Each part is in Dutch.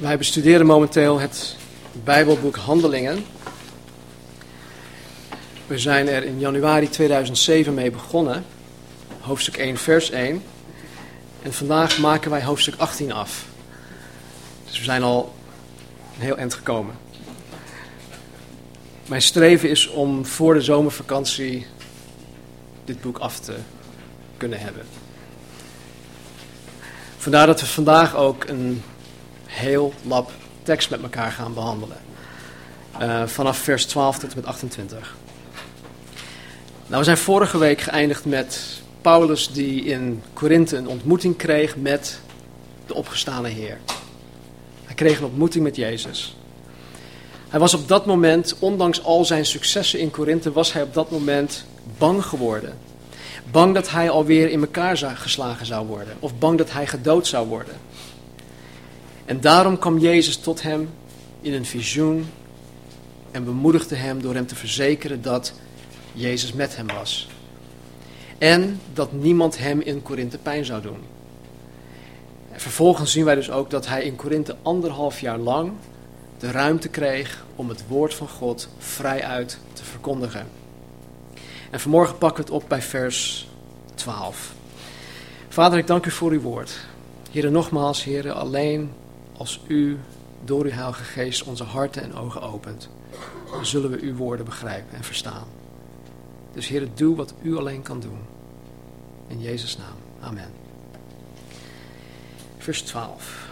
Wij bestuderen momenteel het Bijbelboek Handelingen. We zijn er in januari 2007 mee begonnen, hoofdstuk 1, vers 1. En vandaag maken wij hoofdstuk 18 af. Dus we zijn al een heel eind gekomen. Mijn streven is om voor de zomervakantie dit boek af te kunnen hebben. Vandaar dat we vandaag ook een heel lab tekst met elkaar gaan behandelen. Vanaf vers 12 tot en met 28. Nou, we zijn vorige week geëindigd met Paulus die in Korinthe een ontmoeting kreeg met de opgestane Heer. Hij kreeg een ontmoeting met Jezus. Hij was op dat moment, ondanks al zijn successen in Korinthe, was hij op dat moment bang geworden. Bang dat hij alweer in elkaar geslagen zou worden. Of bang dat hij gedood zou worden. En daarom kwam Jezus tot hem in een visioen en bemoedigde hem door hem te verzekeren dat Jezus met hem was. En dat niemand hem in Korinthe pijn zou doen. En vervolgens zien wij dus ook dat hij in Korinthe 1,5 jaar lang de ruimte kreeg om het woord van God vrijuit te verkondigen. En vanmorgen pakken we het op bij vers 12. Vader, ik dank u voor uw woord. Here, nogmaals, Here, alleen als u door uw Heilige Geest onze harten en ogen opent, dan zullen we uw woorden begrijpen en verstaan. Dus Here, doe wat u alleen kan doen. In Jezus' naam. Amen. Vers 12.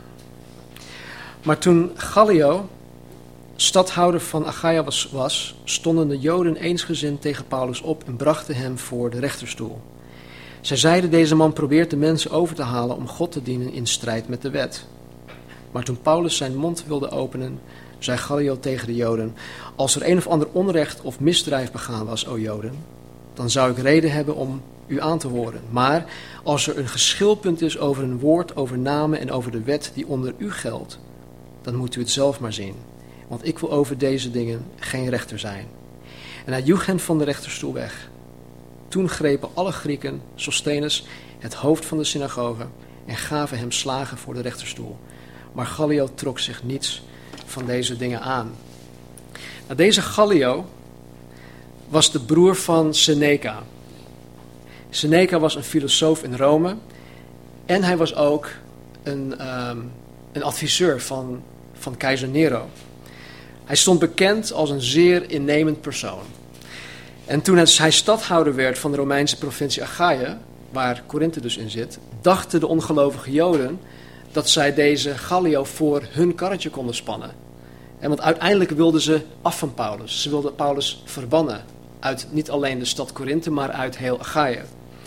Maar toen Gallio stadhouder van Achaia was, stonden de Joden eensgezind tegen Paulus op en brachten hem voor de rechterstoel. Zij zeiden, deze man probeert de mensen over te halen om God te dienen in strijd met de wet. Maar toen Paulus zijn mond wilde openen, zei Gallio tegen de Joden, als er een of ander onrecht of misdrijf begaan was, o Joden, dan zou ik reden hebben om u aan te horen. Maar als er een geschilpunt is over een woord, over namen en over de wet die onder u geldt, dan moet u het zelf maar zien. Want ik wil over deze dingen geen rechter zijn. En hij joeg hen van de rechterstoel weg. Toen grepen alle Grieken, Sosthenes, het hoofd van de synagoge, en gaven hem slagen voor de rechterstoel. Maar Gallio trok zich niets van deze dingen aan. Nou, deze Gallio was de broer van Seneca. Seneca was een filosoof in Rome. En hij was ook een adviseur van keizer Nero. Hij stond bekend als een zeer innemend persoon. En toen hij stadhouder werd van de Romeinse provincie Achaia, waar Korinthe dus in zit, dachten de ongelovige Joden dat zij deze Gallio voor hun karretje konden spannen. En want uiteindelijk wilden ze af van Paulus. Ze wilden Paulus verbannen uit niet alleen de stad Korinthe, maar uit heel Achaia.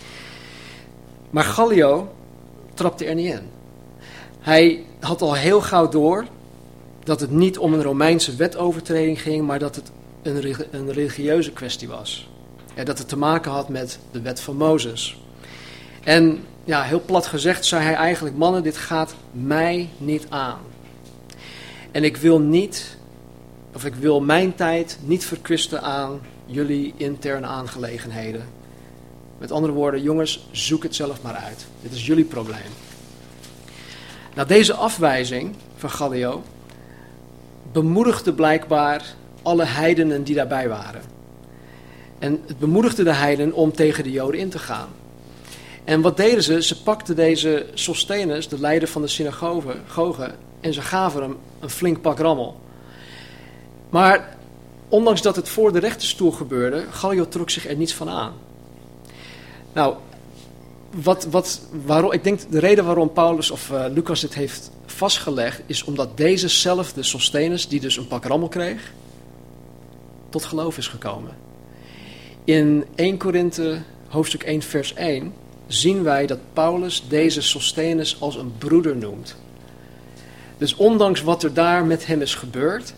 Maar Gallio trapte er niet in. Hij had al heel gauw door dat het niet om een Romeinse wetovertreding ging, maar dat het een religieuze kwestie was. Ja, dat het te maken had met de wet van Mozes. En ja, heel plat gezegd zei hij eigenlijk, mannen, dit gaat mij niet aan. En ik wil mijn tijd niet verkwisten aan jullie interne aangelegenheden. Met andere woorden, jongens, zoek het zelf maar uit. Dit is jullie probleem. Nou, deze afwijzing van Gallio bemoedigde blijkbaar alle heidenen die daarbij waren. En het bemoedigde de heidenen om tegen de Joden in te gaan. En wat deden ze? Ze pakten deze Sosthenes, de leider van de synagoge, en ze gaven hem een flink pak rammel. Maar ondanks dat het voor de rechterstoel gebeurde, Gallio trok zich er niets van aan. Nou, waarom? Ik denk de reden waarom Paulus of Lucas dit heeft vastgelegd, is omdat dezezelfde Sosthenes, die dus een pak rammel kreeg, tot geloof is gekomen. In 1 Korinthe hoofdstuk 1 vers 1 zien wij dat Paulus deze Sosthenes als een broeder noemt. Dus ondanks wat er daar met hem is gebeurd,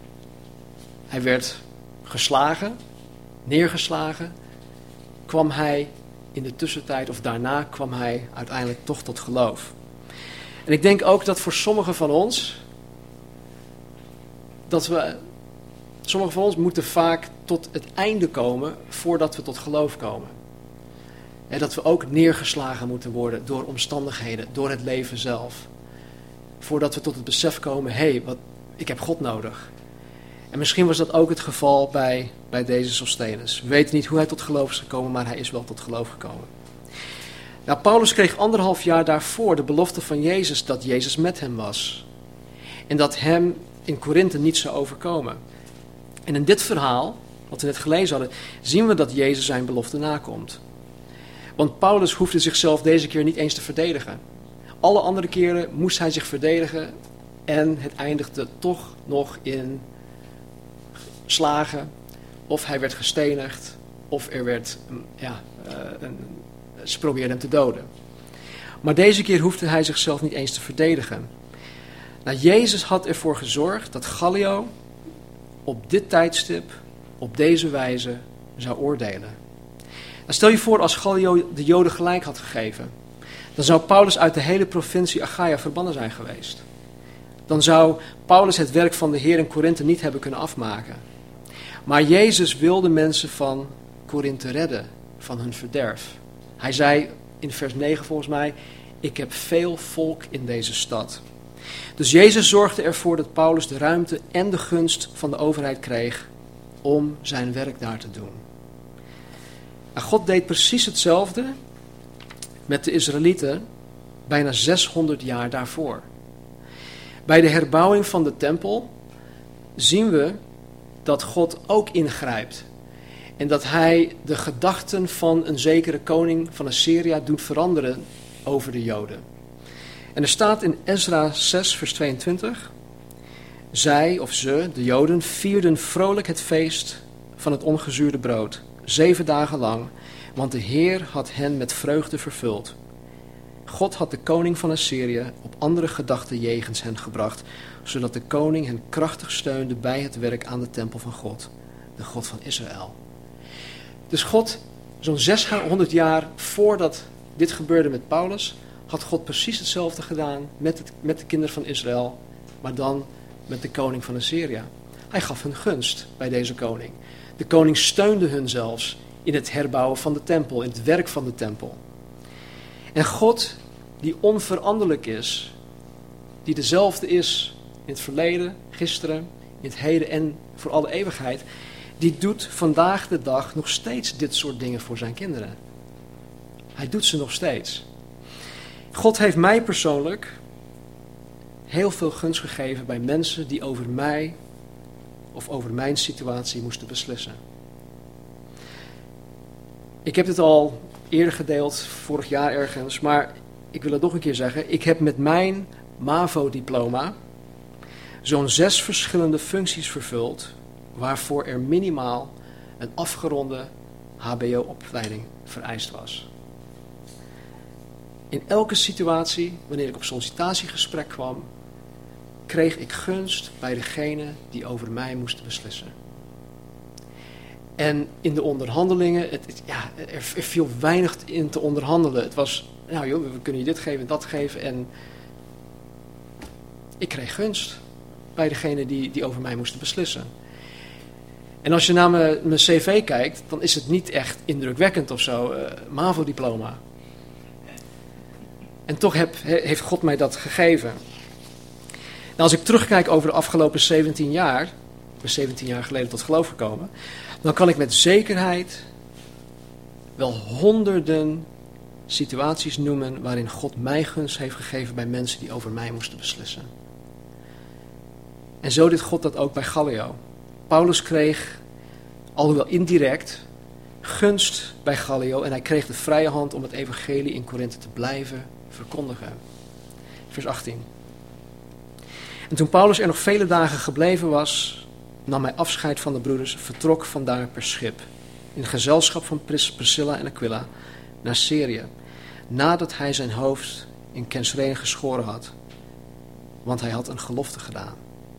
hij werd geslagen, neergeslagen, kwam hij in de tussentijd of daarna kwam hij uiteindelijk toch tot geloof. En ik denk ook dat voor sommigen van ons, sommigen van ons moeten vaak tot het einde komen voordat we tot geloof komen. En dat we ook neergeslagen moeten worden door omstandigheden, door het leven zelf. voordat we tot het besef komen, ik heb God nodig. En misschien was dat ook het geval bij deze Sosthenes. We weten niet hoe hij tot geloof is gekomen, maar hij is wel tot geloof gekomen. Nou, Paulus kreeg 1,5 jaar daarvoor de belofte van Jezus dat Jezus met hem was. En dat hem in Korinthe niet zou overkomen. En in dit verhaal, wat we net gelezen hadden, zien we dat Jezus zijn belofte nakomt. Want Paulus hoefde zichzelf deze keer niet eens te verdedigen. Alle andere keren moest hij zich verdedigen en het eindigde toch nog in slagen. Of hij werd gestenigd, of ze probeerden hem te doden. Maar deze keer hoefde hij zichzelf niet eens te verdedigen. Nou, Jezus had ervoor gezorgd dat Gallio op dit tijdstip, op deze wijze, zou oordelen. Nou, stel je voor als Gallio de Joden gelijk had gegeven. Dan zou Paulus uit de hele provincie Achaia verbannen zijn geweest. Dan zou Paulus het werk van de Heer in Korinthe niet hebben kunnen afmaken. Maar Jezus wilde mensen van Korinthe redden, van hun verderf. Hij zei in vers 9 volgens mij, ik heb veel volk in deze stad. Dus Jezus zorgde ervoor dat Paulus de ruimte en de gunst van de overheid kreeg om zijn werk daar te doen. En God deed precies hetzelfde met de Israëlieten bijna 600 jaar daarvoor. Bij de herbouwing van de tempel zien we dat God ook ingrijpt. En dat hij de gedachten van een zekere koning van Assyrië doet veranderen over de Joden. En er staat in Ezra 6 vers 22. Zij of ze, de Joden, vierden vrolijk het feest van het ongezuurde brood. 7 dagen lang, want de Heer had hen met vreugde vervuld. God had de koning van Assyrië op andere gedachten jegens hen gebracht, zodat de koning hen krachtig steunde bij het werk aan de tempel van God, de God van Israël. Dus God, zo'n 600 jaar voordat dit gebeurde met Paulus, had God precies hetzelfde gedaan met de kinderen van Israël, maar dan met de koning van Assyrië. Hij gaf hun gunst bij deze koning. De koning steunde hun zelfs in het herbouwen van de tempel, in het werk van de tempel. En God, die onveranderlijk is, die dezelfde is in het verleden, gisteren, in het heden en voor alle eeuwigheid, die doet vandaag de dag nog steeds dit soort dingen voor zijn kinderen. Hij doet ze nog steeds. God heeft mij persoonlijk heel veel gunst gegeven bij mensen die over mij of over mijn situatie moesten beslissen. Ik heb dit al eerder gedeeld, vorig jaar ergens, maar ik wil het nog een keer zeggen. Ik heb met mijn MAVO-diploma zo'n 6 verschillende functies vervuld, waarvoor er minimaal een afgeronde HBO-opleiding vereist was. In elke situatie, wanneer ik op sollicitatiegesprek kwam, kreeg ik gunst bij degene die over mij moesten beslissen. En in de onderhandelingen, er viel weinig in te onderhandelen. Het was, we kunnen je dit geven, dat geven. En ik kreeg gunst bij degene die over mij moesten beslissen. En als je naar mijn cv kijkt, dan is het niet echt indrukwekkend of zo. MAVO-diploma. En toch heeft God mij dat gegeven. Nou, als ik terugkijk over de afgelopen 17 jaar, ik ben 17 jaar geleden tot geloof gekomen, dan kan ik met zekerheid wel honderden situaties noemen waarin God mij gunst heeft gegeven bij mensen die over mij moesten beslissen. En zo deed God dat ook bij Gallio. Paulus kreeg, alhoewel indirect, gunst bij Gallio en hij kreeg de vrije hand om het evangelie in Korinthe te blijven verkondigen. Vers 18. En toen Paulus er nog vele dagen gebleven was, nam hij afscheid van de broeders, vertrok vandaar per schip, in gezelschap van Priscilla en Aquila, naar Syrië, nadat hij zijn hoofd in Kensrene geschoren had, want hij had een gelofte gedaan.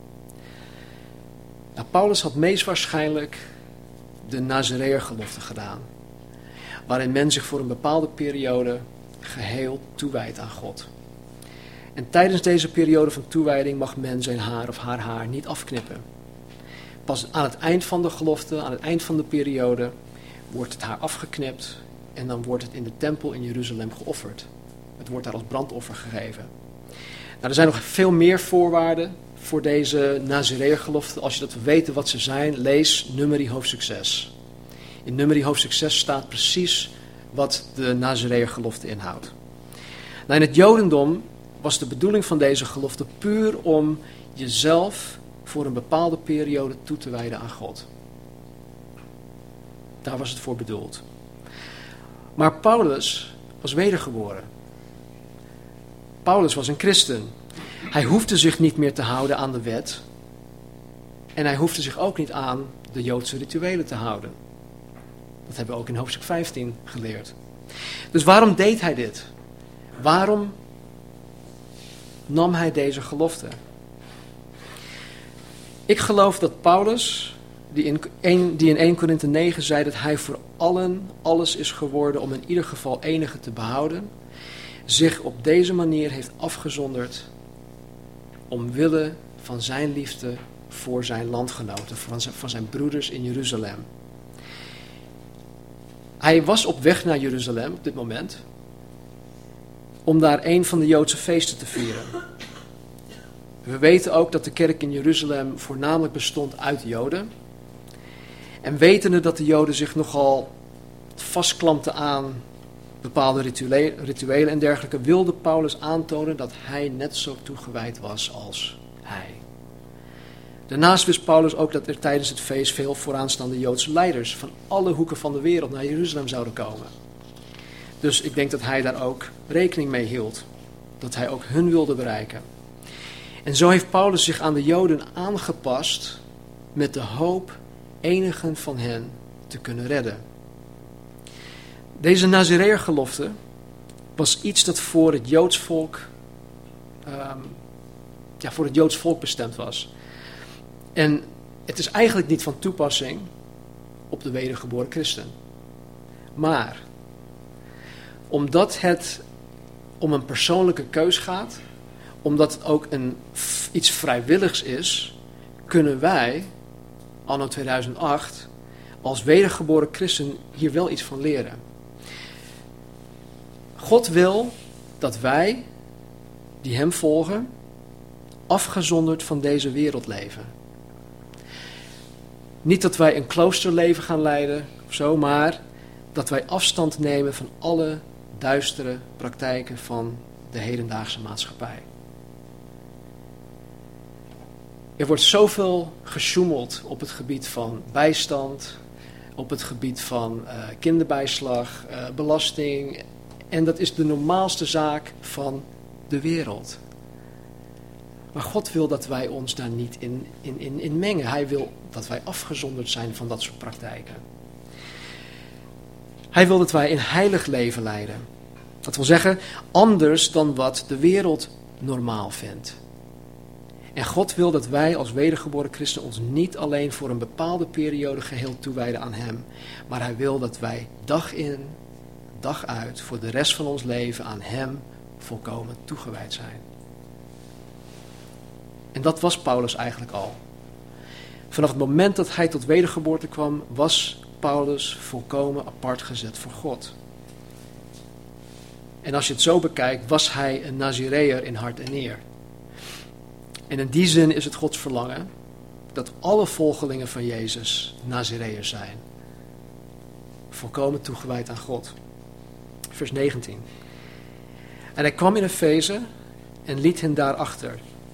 Nou, Paulus had meest waarschijnlijk de Nazareërgelofte gedaan, waarin men zich voor een bepaalde periode geheel toewijdt aan God. En tijdens deze periode van toewijding mag men zijn haar of haar haar niet afknippen. Pas aan het eind van de gelofte, aan het eind van de periode, wordt het haar afgeknipt en dan wordt het in de tempel in Jeruzalem geofferd. Het wordt daar als brandoffer gegeven. Nou, er zijn nog veel meer voorwaarden voor deze Nazireeërgelofte. Als je dat wil weten wat ze zijn, lees Numeri hoofdstuk 6. In Numeri hoofdstuk 6 staat precies wat de Nazireeërgelofte inhoudt. Nou, in het Jodendom was de bedoeling van deze gelofte puur om jezelf voor een bepaalde periode toe te wijden aan God. Daar was het voor bedoeld. Maar Paulus was wedergeboren. Paulus was een christen. Hij hoefde zich niet meer te houden aan de wet. En hij hoefde zich ook niet aan de Joodse rituelen te houden. Dat hebben we ook in hoofdstuk 15 geleerd. Dus waarom deed hij dit? Waarom nam hij deze gelofte? Ik geloof dat Paulus, die in 1 Korinthe 9 zei dat hij voor allen alles is geworden om in ieder geval enige te behouden, zich op deze manier heeft afgezonderd omwille van zijn liefde voor zijn landgenoten, van zijn broeders in Jeruzalem. Hij was op weg naar Jeruzalem op dit moment om daar een van de Joodse feesten te vieren. We weten ook dat de kerk in Jeruzalem voornamelijk bestond uit Joden. En wetende dat de Joden zich nogal vastklampten aan bepaalde rituelen en dergelijke, wilde Paulus aantonen dat hij net zo toegewijd was als hij. Daarnaast wist Paulus ook dat er tijdens het feest veel vooraanstaande Joodse leiders van alle hoeken van de wereld naar Jeruzalem zouden komen. Dus ik denk dat hij daar ook rekening mee hield. Dat hij ook hun wilde bereiken. En zo heeft Paulus zich aan de Joden aangepast met de hoop enigen van hen te kunnen redden. Deze Nazireeërgelofte was iets dat voor het Joods volk bestemd was. En het is eigenlijk niet van toepassing op de wedergeboren christen. Maar omdat het om een persoonlijke keus gaat, omdat het ook iets vrijwilligs is, kunnen wij, anno 2008, als wedergeboren christen hier wel iets van leren. God wil dat wij, die hem volgen, afgezonderd van deze wereld leven. Niet dat wij een kloosterleven gaan leiden of zo, maar dat wij afstand nemen van alle duistere praktijken van de hedendaagse maatschappij. Er wordt zoveel gesjoemeld op het gebied van bijstand, op het gebied van kinderbijslag, belasting. En dat is de normaalste zaak van de wereld. Maar God wil dat wij ons daar niet in mengen. Hij wil dat wij afgezonderd zijn van dat soort praktijken. Hij wil dat wij een heilig leven leiden. Dat wil zeggen, anders dan wat de wereld normaal vindt. En God wil dat wij als wedergeboren christen ons niet alleen voor een bepaalde periode geheel toewijden aan hem. Maar hij wil dat wij dag in, dag uit, voor de rest van ons leven aan hem volkomen toegewijd zijn. En dat was Paulus eigenlijk al. Vanaf het moment dat hij tot wedergeboorte kwam, was Paulus volkomen apart gezet voor God. En als je het zo bekijkt, was hij een Nazireër in hart en nier. En in die zin is het Gods verlangen dat alle volgelingen van Jezus Nazireërs zijn. Volkomen toegewijd aan God. Vers 19. En hij kwam in Efeze en liet hen daar achter.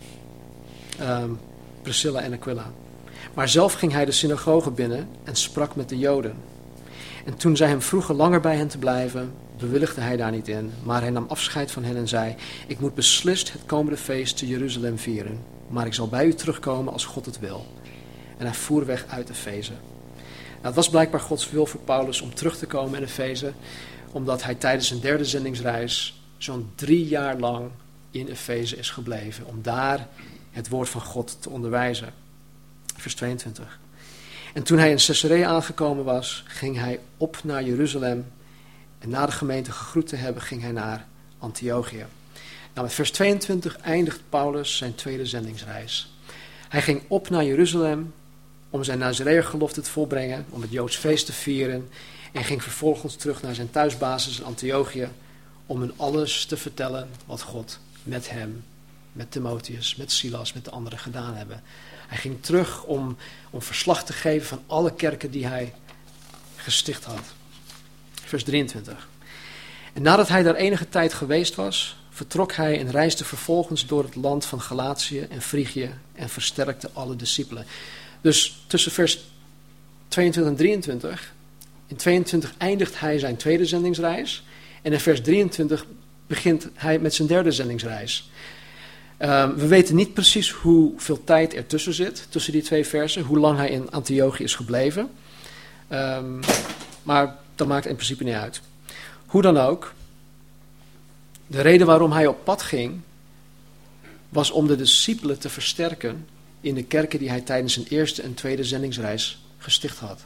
Priscilla en Aquila. Maar zelf ging hij de synagoge binnen en sprak met de Joden. En toen zij hem vroegen langer bij hen te blijven, bewilligde hij daar niet in. Maar hij nam afscheid van hen en zei: ik moet beslist het komende feest te Jeruzalem vieren. Maar ik zal bij u terugkomen als God het wil. En hij voer weg uit Efeze. Nou, het was blijkbaar Gods wil voor Paulus om terug te komen in Efeze, omdat hij tijdens zijn 3e zendingsreis zo'n 3 jaar lang in Efeze is gebleven. Om daar het woord van God te onderwijzen. Vers 22. En toen hij in Caesarea aangekomen was, ging hij op naar Jeruzalem. En na de gemeente gegroet te hebben, ging hij naar Antiochië. Nou, met vers 22 eindigt Paulus zijn 2e zendingsreis. Hij ging op naar Jeruzalem om zijn Nazireërgelofte te volbrengen, om het Joods feest te vieren. En ging vervolgens terug naar zijn thuisbasis in Antiochië om hun alles te vertellen wat God met hem met Timotheus, met Silas, met de anderen gedaan hebben. Hij ging terug om verslag te geven van alle kerken die hij gesticht had. Vers 23. En nadat hij daar enige tijd geweest was, vertrok hij en reisde vervolgens door het land van Galatië en Frigië en versterkte alle discipelen. Dus tussen vers 22 en 23, in 22 eindigt hij zijn tweede zendingsreis en in vers 23 begint hij met zijn derde zendingsreis. We weten niet precies hoeveel tijd er tussen zit, tussen die twee versen, hoe lang hij in Antiochië is gebleven. Maar dat maakt in principe niet uit. Hoe dan ook, de reden waarom hij op pad ging, was om de discipelen te versterken in de kerken die hij tijdens zijn eerste en tweede zendingsreis gesticht had.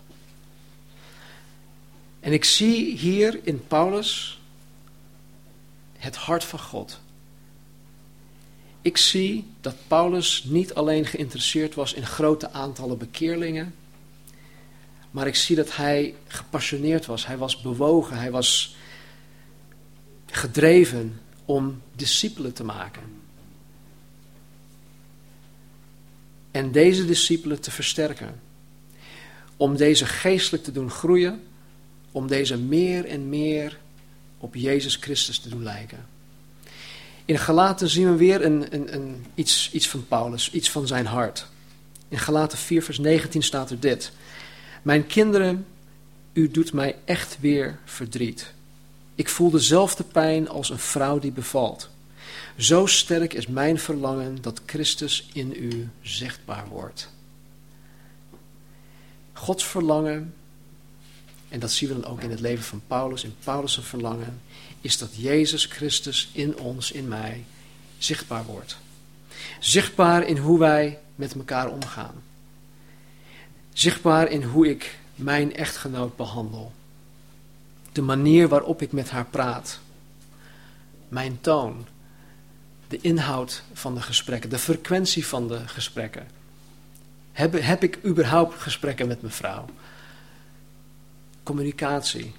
En ik zie hier in Paulus het hart van God. Ik zie dat Paulus niet alleen geïnteresseerd was in grote aantallen bekeerlingen, maar ik zie dat hij gepassioneerd was. Hij was bewogen, hij was gedreven om discipelen te maken. En deze discipelen te versterken. Om deze geestelijk te doen groeien, om deze meer en meer op Jezus Christus te doen lijken. In Galaten zien we weer iets van Paulus, iets van zijn hart. In Galaten 4 vers 19 staat er dit. Mijn kinderen, u doet mij echt weer verdriet. Ik voel dezelfde pijn als een vrouw die bevalt. Zo sterk is mijn verlangen dat Christus in u zichtbaar wordt. Gods verlangen, en dat zien we dan ook in het leven van Paulus, in Paulus' verlangen, is dat Jezus Christus in ons, in mij, zichtbaar wordt. Zichtbaar in hoe wij met elkaar omgaan. Zichtbaar in hoe ik mijn echtgenoot behandel. De manier waarop ik met haar praat. Mijn toon. De inhoud van de gesprekken. De frequentie van de gesprekken. Heb ik überhaupt gesprekken met mijn vrouw? Communicatie.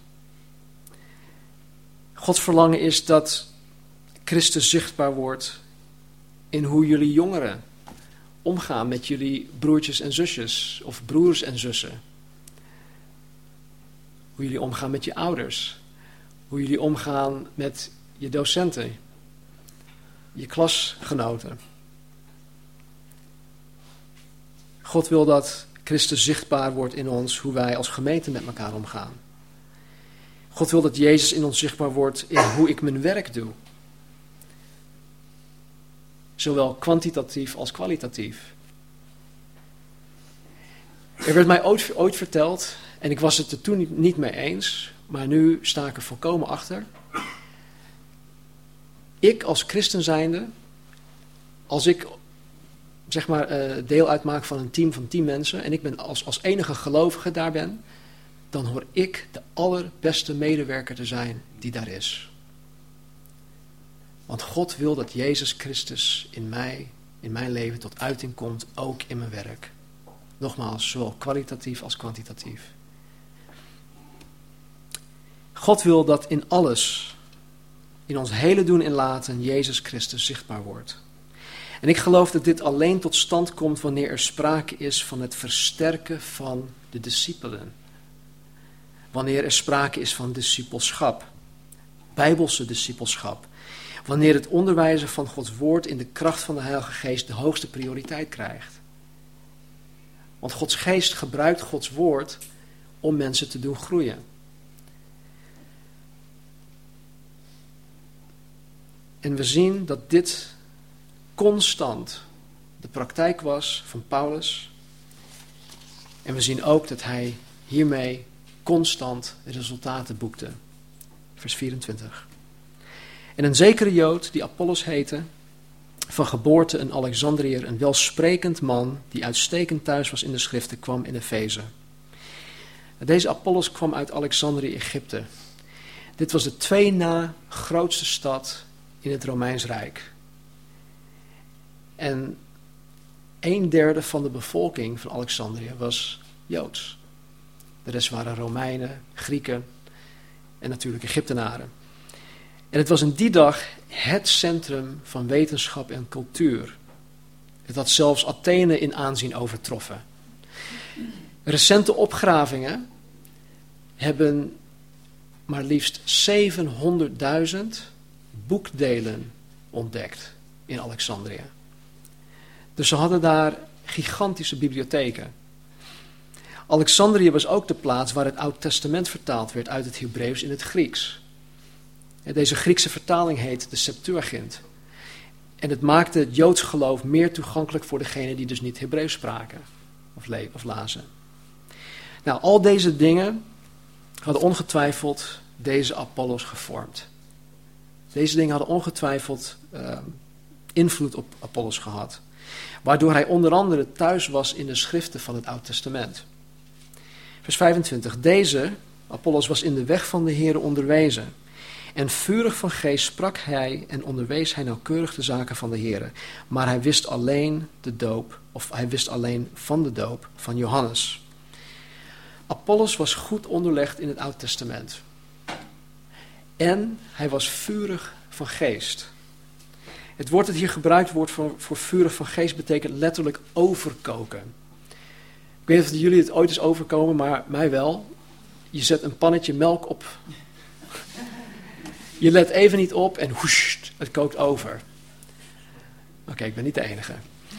Gods verlangen is dat Christus zichtbaar wordt in hoe jullie jongeren omgaan met jullie broertjes en zusjes of broers en zussen. Hoe jullie omgaan met je ouders. Hoe jullie omgaan met je docenten. Je klasgenoten. God wil dat Christus zichtbaar wordt in ons, hoe wij als gemeente met elkaar omgaan. God wil dat Jezus in ons zichtbaar wordt in hoe ik mijn werk doe. Zowel kwantitatief als kwalitatief. Er werd mij ooit verteld, en ik was het er toen niet mee eens, maar nu sta ik er volkomen achter. Ik als christen zijnde, als ik zeg maar deel uitmaak van een team van 10 mensen en ik ben als enige gelovige daar ben, dan hoor ik de allerbeste medewerker te zijn die daar is. Want God wil dat Jezus Christus in mijn leven tot uiting komt, ook in mijn werk. Nogmaals, zowel kwalitatief als kwantitatief. God wil dat in alles, in ons hele doen en laten, Jezus Christus zichtbaar wordt. En ik geloof dat dit alleen tot stand komt wanneer er sprake is van het versterken van de discipelen. Wanneer er sprake is van discipelschap, bijbelse discipelschap. Wanneer het onderwijzen van Gods woord in de kracht van de Heilige Geest de hoogste prioriteit krijgt. Want Gods Geest gebruikt Gods woord om mensen te doen groeien. En we zien dat dit constant de praktijk was van Paulus. En we zien ook dat hij hiermee constant resultaten boekte. Vers 24. En een zekere Jood, die Apollos heette, van geboorte een Alexandriër, een welsprekend man, die uitstekend thuis was in de schriften, kwam in Efeze. Deze Apollos kwam uit Alexandrië, Egypte. Dit was de 2 na grootste stad in het Romeins Rijk. En 1/3 van de bevolking van Alexandrië was Joods. De rest waren Romeinen, Grieken en natuurlijk Egyptenaren. En het was in die dag het centrum van wetenschap en cultuur. Het had zelfs Athene in aanzien overtroffen. Recente opgravingen hebben maar liefst 700.000 boekdelen ontdekt in Alexandrië. Dus ze hadden daar gigantische bibliotheken. Alexandrië was ook de plaats waar het Oud Testament vertaald werd uit het Hebreeuws in het Grieks. Deze Griekse vertaling heet de Septuagint. En het maakte het Joods geloof meer toegankelijk voor degenen die dus niet Hebreeuws spraken of lazen. Nou, al deze dingen hadden ongetwijfeld deze Apollos gevormd. Deze dingen hadden ongetwijfeld invloed op Apollos gehad. Waardoor hij onder andere thuis was in de schriften van het Oud Testament. Vers 25. Deze, Apollos, was in de weg van de Here onderwezen. En vurig van geest sprak hij en onderwees hij nauwkeurig de zaken van de Here. Maar hij wist alleen van de doop van Johannes. Apollos was goed onderlegd in het Oud Testament. En hij was vurig van geest. Het woord dat hier gebruikt wordt voor vurig van geest betekent letterlijk overkoken. Ik weet niet of jullie het ooit eens overkomen, maar mij wel. Je zet een pannetje melk op. Je let even niet op en hoest, het kookt over. Oké, ik ben niet de enige.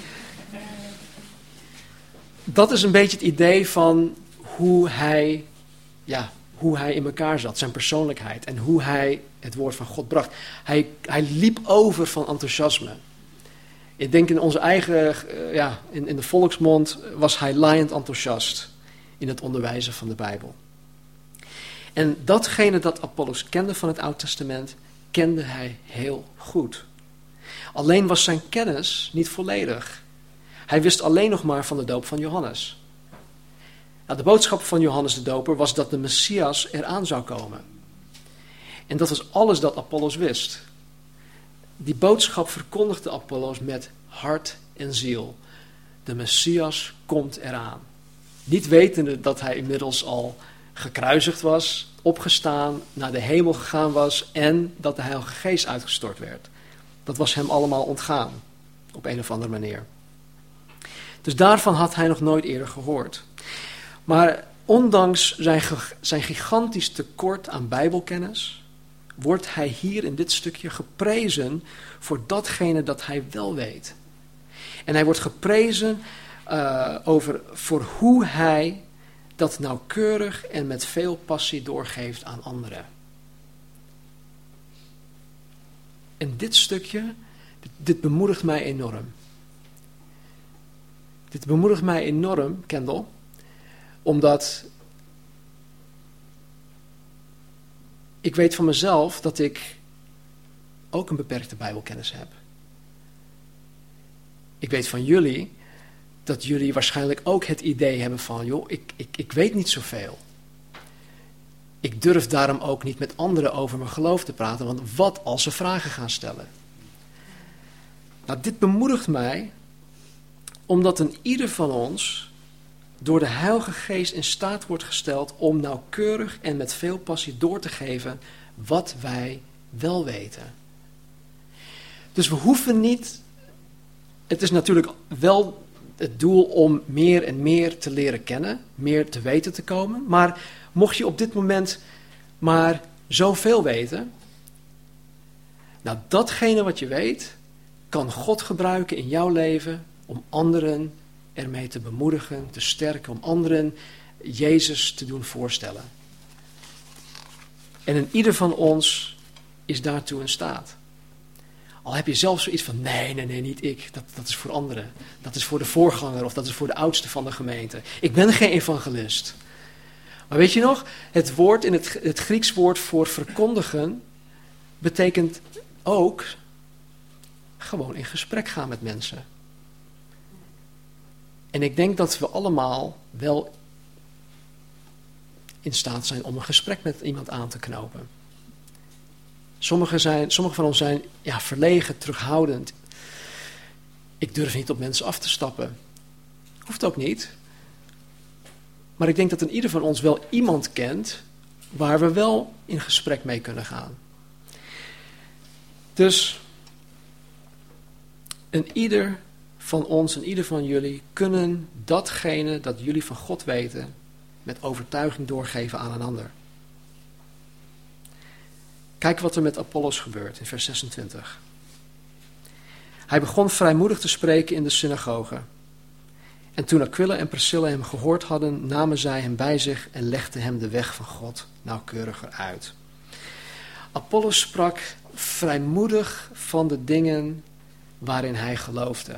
Dat is een beetje het idee van hoe hij in elkaar zat, zijn persoonlijkheid en hoe hij het woord van God bracht. Hij liep over van enthousiasme. Ik denk in onze eigen, in de volksmond was hij laaiend enthousiast in het onderwijzen van de Bijbel. En datgene dat Apollos kende van het Oud Testament, kende hij heel goed. Alleen was zijn kennis niet volledig. Hij wist alleen nog maar van de doop van Johannes. Nou, de boodschap van Johannes de Doper was dat de Messias eraan zou komen. En dat was alles dat Apollos wist. Die boodschap verkondigde Apollos met hart en ziel. De Messias komt eraan. Niet wetende dat hij inmiddels al gekruisigd was, opgestaan, naar de hemel gegaan was en dat de Heilige Geest uitgestort werd. Dat was hem allemaal ontgaan, op een of andere manier. Dus daarvan had hij nog nooit eerder gehoord. Maar ondanks zijn gigantisch tekort aan Bijbelkennis, wordt hij hier in dit stukje geprezen voor datgene dat hij wel weet. En hij wordt geprezen voor hoe hij dat nauwkeurig en met veel passie doorgeeft aan anderen. En dit stukje, dit bemoedigt mij enorm. Dit bemoedigt mij enorm, Kendall, omdat ik weet van mezelf dat ik ook een beperkte Bijbelkennis heb. Ik weet van jullie dat jullie waarschijnlijk ook het idee hebben van, joh, ik weet niet zoveel. Ik durf daarom ook niet met anderen over mijn geloof te praten, want wat als ze vragen gaan stellen? Nou, dit bemoedigt mij, omdat een ieder van ons door de Heilige Geest in staat wordt gesteld om nauwkeurig en met veel passie door te geven wat wij wel weten. Dus we hoeven niet, het is natuurlijk wel het doel om meer en meer te leren kennen, meer te weten te komen, maar mocht je op dit moment maar zoveel weten, nou datgene wat je weet, kan God gebruiken in jouw leven om anderen ermee te bemoedigen, te sterken, om anderen Jezus te doen voorstellen. En in ieder van ons is daartoe in staat. Al heb je zelf zoiets van, nee, niet ik, dat is voor anderen. Dat is voor de voorganger of dat is voor de oudste van de gemeente. Ik ben geen evangelist. Maar weet je nog, het woord in het Grieks woord voor verkondigen betekent ook gewoon in gesprek gaan met mensen. En ik denk dat we allemaal wel in staat zijn om een gesprek met iemand aan te knopen. Sommigen van ons zijn verlegen, terughoudend. Ik durf niet op mensen af te stappen. Hoeft ook niet. Maar ik denk dat in ieder van ons wel iemand kent waar we wel in gesprek mee kunnen gaan. Dus en ieder van ons en ieder van jullie kunnen datgene dat jullie van God weten met overtuiging doorgeven aan een ander. Kijk wat er met Apollos gebeurt in vers 26. Hij begon vrijmoedig te spreken in de synagoge. En toen Aquila en Priscilla hem gehoord hadden, namen zij hem bij zich en legden hem de weg van God nauwkeuriger uit. Apollos sprak vrijmoedig van de dingen waarin hij geloofde.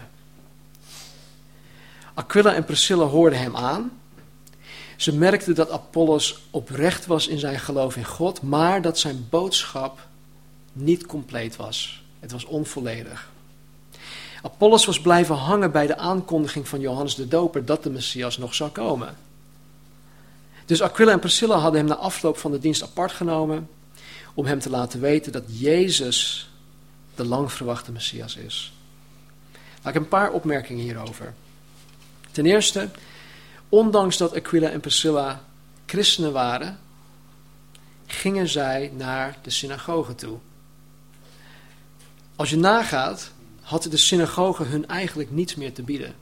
Aquila en Priscilla hoorden hem aan. Ze merkten dat Apollos oprecht was in zijn geloof in God, maar dat zijn boodschap niet compleet was. Het was onvolledig. Apollos was blijven hangen bij de aankondiging van Johannes de Doper dat de Messias nog zou komen. Dus Aquila en Priscilla hadden hem na afloop van de dienst apart genomen om hem te laten weten dat Jezus de lang verwachte Messias is. Nou, ik heb een paar opmerkingen hierover. Ten eerste, ondanks dat Aquila en Priscilla christenen waren, gingen zij naar de synagoge toe. Als je nagaat, had de synagoge hun eigenlijk niets meer te bieden.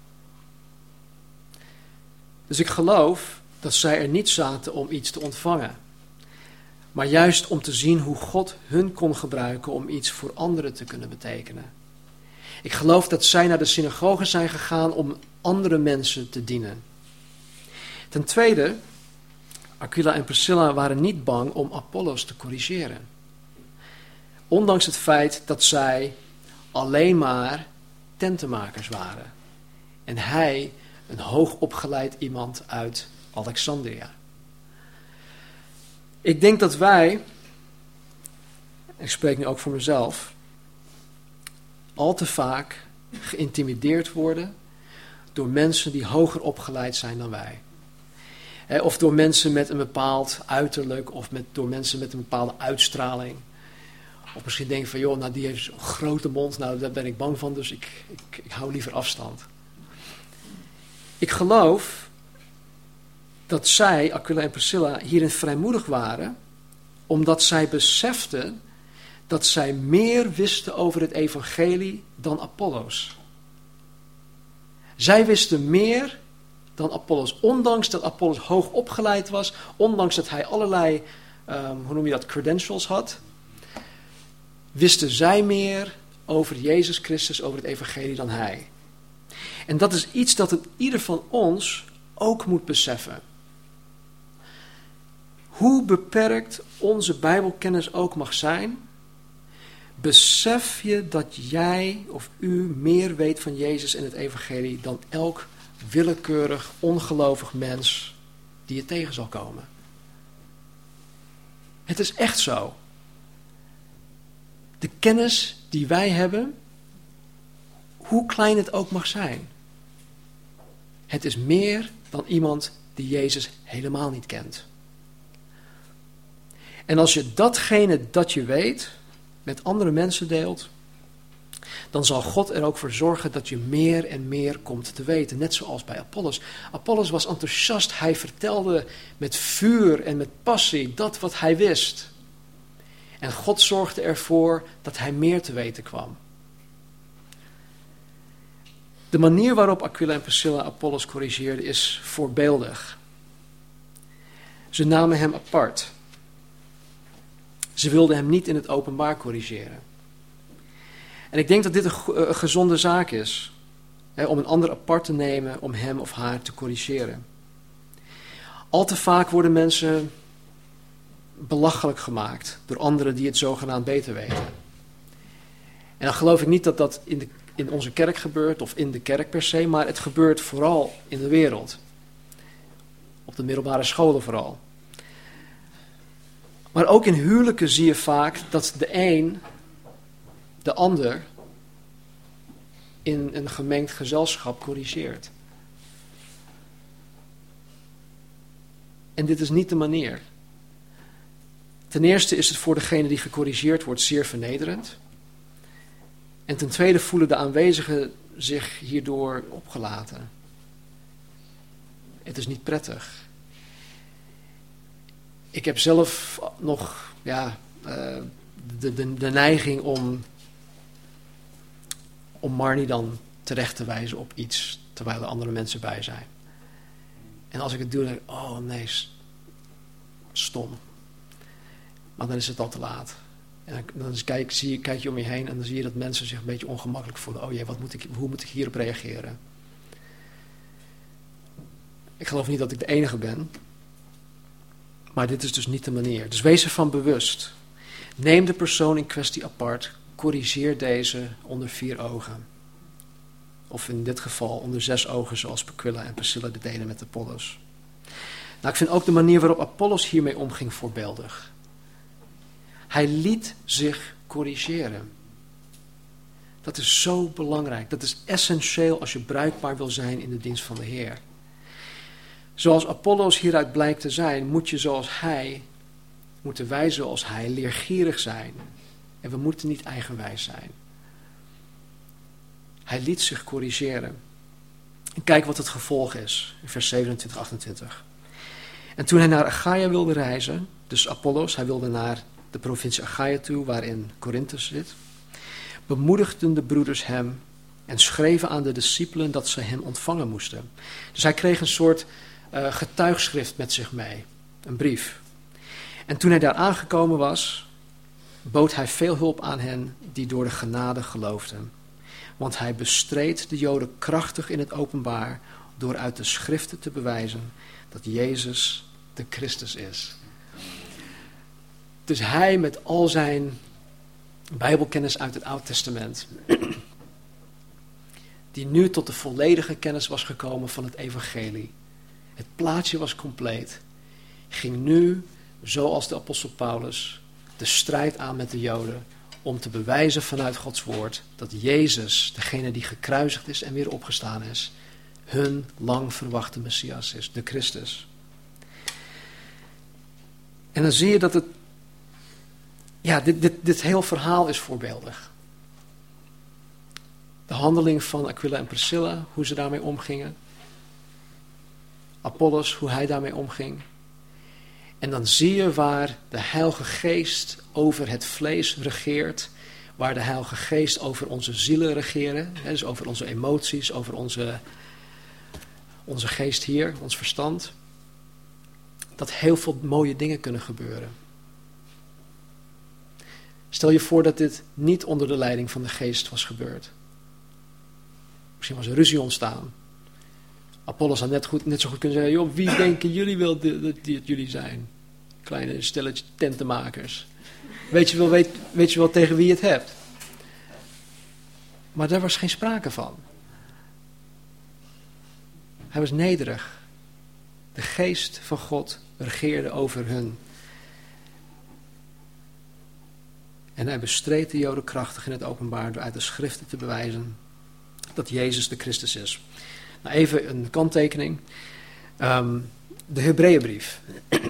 Dus ik geloof dat zij er niet zaten om iets te ontvangen, maar juist om te zien hoe God hun kon gebruiken om iets voor anderen te kunnen betekenen. Ik geloof dat zij naar de synagoge zijn gegaan om andere mensen te dienen. Ten tweede, Aquila en Priscilla waren niet bang om Apollos te corrigeren. Ondanks het feit dat zij alleen maar tentenmakers waren. En hij een hoogopgeleid iemand uit Alexandria. Ik denk dat wij, ik spreek nu ook voor mezelf, al te vaak geïntimideerd worden door mensen die hoger opgeleid zijn dan wij. Of door mensen met een bepaald uiterlijk, of door mensen met een bepaalde uitstraling. Of misschien denk je van, joh, nou die heeft zo'n grote mond, nou daar ben ik bang van, dus ik hou liever afstand. Ik geloof dat zij, Aquila en Priscilla, hierin vrijmoedig waren, omdat zij beseften dat zij meer wisten over het evangelie dan Apollos. Zij wisten meer dan Apollos, ondanks dat Apollos hoog opgeleid was, ondanks dat hij allerlei, credentials had, wisten zij meer over Jezus Christus, over het evangelie dan hij. En dat is iets dat het ieder van ons ook moet beseffen. Hoe beperkt onze Bijbelkennis ook mag zijn, besef je dat jij of u meer weet van Jezus en het evangelie dan elk willekeurig, ongelovig mens die je tegen zal komen. Het is echt zo. De kennis die wij hebben, hoe klein het ook mag zijn, het is meer dan iemand die Jezus helemaal niet kent. En als je datgene dat je weet met andere mensen deelt, dan zal God er ook voor zorgen dat je meer en meer komt te weten. Net zoals bij Apollos. Apollos was enthousiast. Hij vertelde met vuur en met passie dat wat hij wist. En God zorgde ervoor dat hij meer te weten kwam. De manier waarop Aquila en Priscilla Apollos corrigeerden is voorbeeldig. Ze namen hem apart. Ze wilden hem niet in het openbaar corrigeren. En ik denk dat dit een gezonde zaak is. Om een ander apart te nemen om hem of haar te corrigeren. Al te vaak worden mensen belachelijk gemaakt door anderen die het zogenaamd beter weten. En dan geloof ik niet dat dat in onze kerk gebeurt of in de kerk per se, maar het gebeurt vooral in de wereld. Op de middelbare scholen vooral. Maar ook in huwelijken zie je vaak dat de een de ander in een gemengd gezelschap corrigeert. En dit is niet de manier. Ten eerste is het voor degene die gecorrigeerd wordt zeer vernederend. En ten tweede voelen de aanwezigen zich hierdoor opgelaten. Het is niet prettig. Ik heb zelf nog de neiging om Marnie dan terecht te wijzen op iets, terwijl er andere mensen bij zijn. En als ik het doe, dan denk ik, oh nee, stom. Maar dan is het al te laat. En dan kijk je om je heen en dan zie je dat mensen zich een beetje ongemakkelijk voelen. Oh jee, hoe moet ik hierop reageren? Ik geloof niet dat ik de enige ben. Maar dit is dus niet de manier. Dus wees ervan bewust. Neem de persoon in kwestie apart. Corrigeer deze onder 4 ogen. Of in dit geval onder 6 ogen, zoals Aquila en Priscilla dit deden met Apollos. Nou, ik vind ook de manier waarop Apollos hiermee omging voorbeeldig. Hij liet zich corrigeren. Dat is zo belangrijk. Dat is essentieel als je bruikbaar wil zijn in de dienst van de Heer. Zoals Apollos hieruit blijkt te zijn, moeten wij zoals hij leergierig zijn. En we moeten niet eigenwijs zijn. Hij liet zich corrigeren. En kijk wat het gevolg is, in vers 27, 28. En toen hij naar Achaia wilde reizen, dus Apollos, hij wilde naar de provincie Achaia toe, waarin Korinthe zit, bemoedigden de broeders hem en schreven aan de discipelen dat ze hem ontvangen moesten. Dus hij kreeg een soort getuigschrift met zich mee, een brief. En toen hij daar aangekomen was, bood hij veel hulp aan hen die door de genade geloofden. Want hij bestreed de Joden krachtig in het openbaar door uit de schriften te bewijzen dat Jezus de Christus is. Dus hij met al zijn Bijbelkennis uit het Oude Testament, die nu tot de volledige kennis was gekomen van het evangelie. Het plaatje was compleet. Ging nu, zoals de apostel Paulus, de strijd aan met de Joden om te bewijzen vanuit Gods woord dat Jezus, degene die gekruisigd is en weer opgestaan is, hun lang verwachte Messias is, de Christus. En dan zie je dat dit heel verhaal is voorbeeldig. De handeling van Aquila en Priscilla, hoe ze daarmee omgingen. Apollos, hoe hij daarmee omging. En dan zie je waar de Heilige Geest over het vlees regeert. Waar de Heilige Geest over onze zielen regeren. Dus over onze emoties, over onze geest hier, ons verstand. Dat heel veel mooie dingen kunnen gebeuren. Stel je voor dat dit niet onder de leiding van de Geest was gebeurd. Misschien was er ruzie ontstaan. Apollos had net zo goed kunnen zeggen, joh, wie denken jullie wel dat jullie zijn? Kleine stelletje tentenmakers. Weet je wel tegen wie je het hebt? Maar daar was geen sprake van. Hij was nederig. De geest van God regeerde over hun. En hij bestreed de Joden krachtig in het openbaar door uit de schriften te bewijzen dat Jezus de Christus is. Nou, even een kanttekening. De Hebreeënbrief.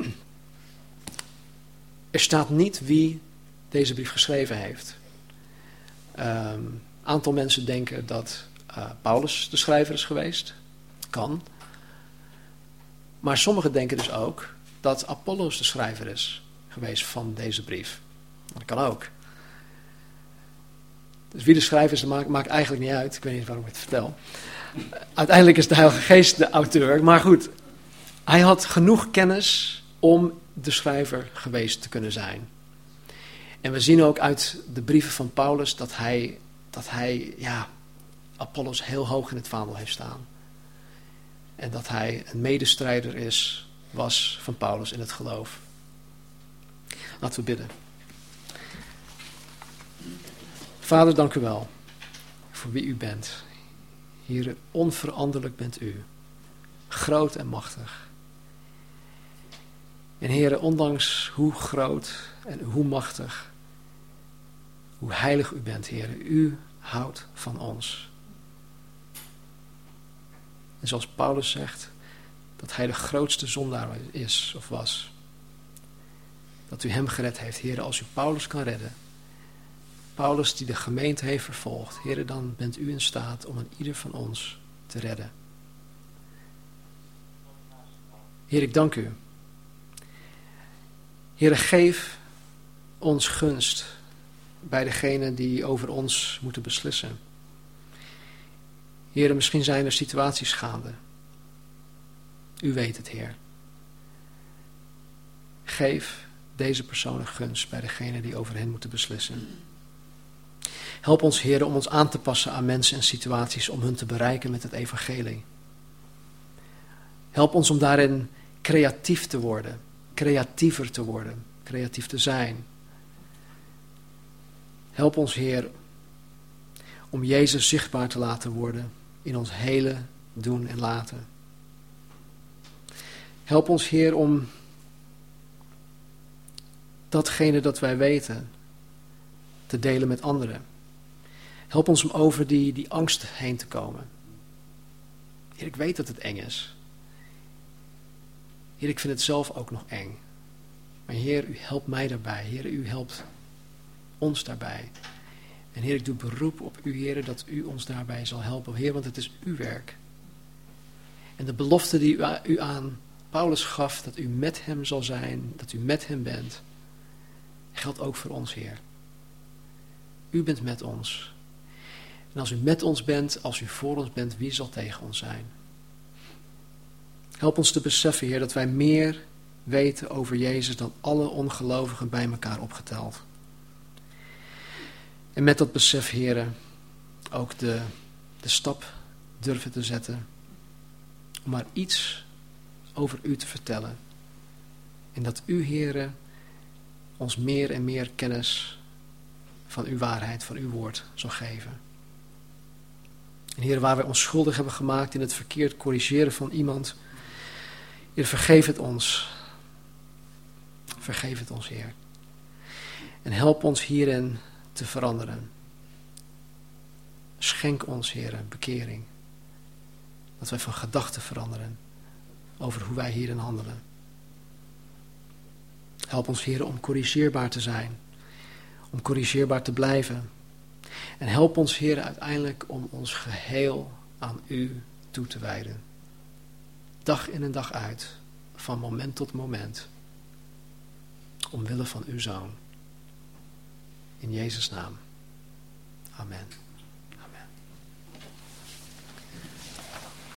Er staat niet wie deze brief geschreven heeft. Een aantal mensen denken dat Paulus de schrijver is geweest. Kan. Maar sommigen denken dus ook dat Apollos de schrijver is geweest van deze brief. Dat kan ook. Dus wie de schrijver is, maakt eigenlijk niet uit. Ik weet niet waarom ik het vertel. Uiteindelijk is de Heilige Geest de auteur. Maar goed, hij had genoeg kennis om de schrijver geweest te kunnen zijn. En we zien ook uit de brieven van Paulus dat hij Apollos heel hoog in het vaandel heeft staan. En dat hij een medestrijder was van Paulus in het geloof. Laten we bidden. Vader, dank u wel voor wie u bent. Heere, onveranderlijk bent u. Groot en machtig. En Heere, ondanks hoe groot en hoe machtig, hoe heilig u bent, Heere, u houdt van ons. En zoals Paulus zegt, dat hij de grootste zondaar is of was. Dat u hem gered heeft. Heere, als u Paulus kan redden, Paulus die de gemeente heeft vervolgd, Heere, dan bent u in staat om aan ieder van ons te redden. Heer, ik dank u. Heere, geef ons gunst bij degenen die over ons moeten beslissen. Heer, misschien zijn er situaties gaande. U weet het, Heer. Geef deze personen gunst bij degenen die over hen moeten beslissen. Help ons, Heer, om ons aan te passen aan mensen en situaties om hun te bereiken met het evangelie. Help ons om daarin creatief te worden, creatiever te worden, creatief te zijn. Help ons, Heer, om Jezus zichtbaar te laten worden in ons hele doen en laten. Help ons, Heer, om datgene dat wij weten te delen met anderen. Help ons om over die angst heen te komen. Heer, ik weet dat het eng is. Heer, ik vind het zelf ook nog eng. Maar Heer, u helpt mij daarbij. Heer, u helpt ons daarbij. En Heer, ik doe beroep op u, Heer, dat u ons daarbij zal helpen. Heer, want het is uw werk. En de belofte die u aan Paulus gaf, dat u met hem zal zijn, dat u met hem bent, geldt ook voor ons, Heer. U bent met ons. En als u met ons bent, als u voor ons bent, wie zal tegen ons zijn? Help ons te beseffen, Heer, dat wij meer weten over Jezus dan alle ongelovigen bij elkaar opgeteld. En met dat besef, Heer, ook de stap durven te zetten om maar iets over u te vertellen. En dat u, Heer, ons meer en meer kennis van uw waarheid, van uw woord zal geven. En Heer, waar wij ons schuldig hebben gemaakt in het verkeerd corrigeren van iemand, Heer, vergeef het ons. Vergeef het ons, Heer. En help ons hierin te veranderen. Schenk ons, Heer, bekering. Dat wij van gedachten veranderen over hoe wij hierin handelen. Help ons, Heer, om corrigeerbaar te zijn. Om corrigeerbaar te blijven. En help ons, Heer, uiteindelijk om ons geheel aan u toe te wijden. Dag in en dag uit. Van moment tot moment. Omwille van uw Zoon. In Jezus' naam. Amen.